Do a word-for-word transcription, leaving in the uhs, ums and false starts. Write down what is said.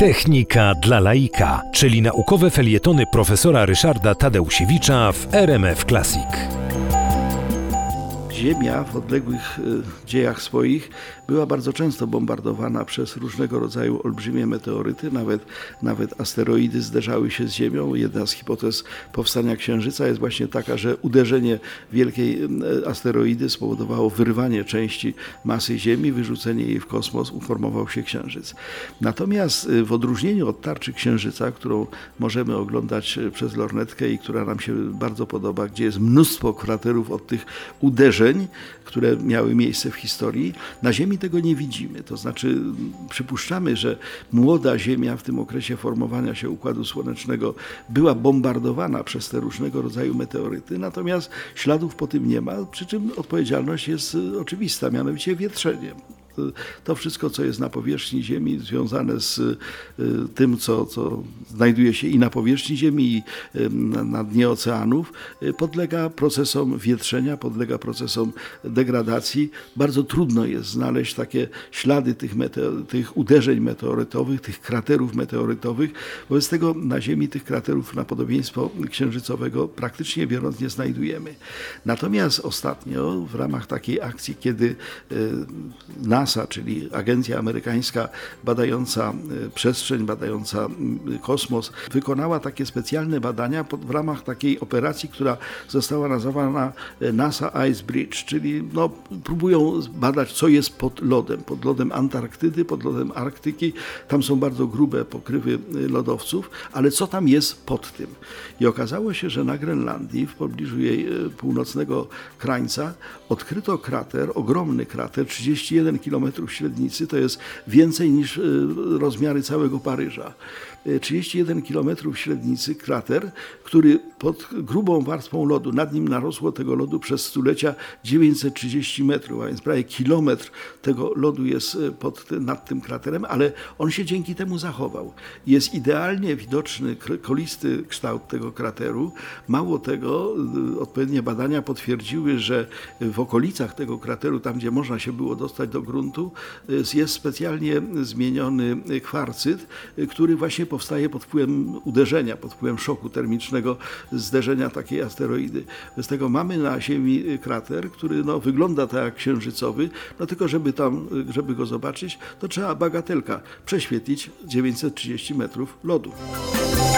Technika dla laika, czyli naukowe felietony profesora Ryszarda Tadeusiewicza w R M F Classic. Ziemia w odległych dziejach swoich była bardzo często bombardowana przez różnego rodzaju olbrzymie meteoryty, nawet, nawet asteroidy zderzały się z Ziemią. Jedna z hipotez powstania Księżyca jest właśnie taka, że uderzenie wielkiej asteroidy spowodowało wyrwanie części masy Ziemi, wyrzucenie jej w kosmos, uformował się Księżyc. Natomiast w odróżnieniu od tarczy Księżyca, którą możemy oglądać przez lornetkę i która nam się bardzo podoba, gdzie jest mnóstwo kraterów od tych uderzeń, które miały miejsce w historii, na Ziemi tego nie widzimy. To znaczy przypuszczamy, że młoda Ziemia w tym okresie formowania się Układu Słonecznego była bombardowana przez te różnego rodzaju meteoryty, natomiast śladów po tym nie ma, przy czym odpowiedzialność jest oczywista, mianowicie wietrzenie. To wszystko, co jest na powierzchni Ziemi, związane z tym, co, co znajduje się i na powierzchni Ziemi, i na, na dnie oceanów, podlega procesom wietrzenia, podlega procesom degradacji. Bardzo trudno jest znaleźć takie ślady tych, meteo- tych uderzeń meteorytowych, tych kraterów meteorytowych. Wobec tego na Ziemi tych kraterów na podobieństwo księżycowego praktycznie biorąc nie znajdujemy. Natomiast ostatnio w ramach takiej akcji, kiedy na NASA, czyli agencja amerykańska badająca przestrzeń, badająca kosmos, wykonała takie specjalne badania pod, w ramach takiej operacji, która została nazwana NASA Ice Bridge, czyli no, próbują badać, co jest pod lodem, pod lodem Antarktydy, pod lodem Arktyki. Tam są bardzo grube pokrywy lodowców, ale co tam jest pod tym? I okazało się, że na Grenlandii, w pobliżu jej północnego krańca, odkryto krater, ogromny krater, trzydzieści jeden kilometrów średnicy, to jest więcej niż rozmiary całego Paryża. trzydzieści jeden kilometrów średnicy krater, który pod grubą warstwą lodu, nad nim narosło tego lodu przez stulecia dziewięćset trzydzieści metrów, a więc prawie kilometr tego lodu jest pod, nad tym kraterem, ale on się dzięki temu zachował. Jest idealnie widoczny kolisty kształt tego krateru. Mało tego, odpowiednie badania potwierdziły, że w okolicach tego krateru, tam gdzie można się było dostać do gruntu, jest specjalnie zmieniony kwarcyt, który właśnie powstaje pod wpływem uderzenia, pod wpływem szoku termicznego zderzenia takiej asteroidy. Z tego mamy na Ziemi krater, który no, wygląda tak jak księżycowy, no tylko żeby tam, żeby go zobaczyć, to trzeba bagatelka prześwietlić dziewięćset trzydzieści metrów lodu.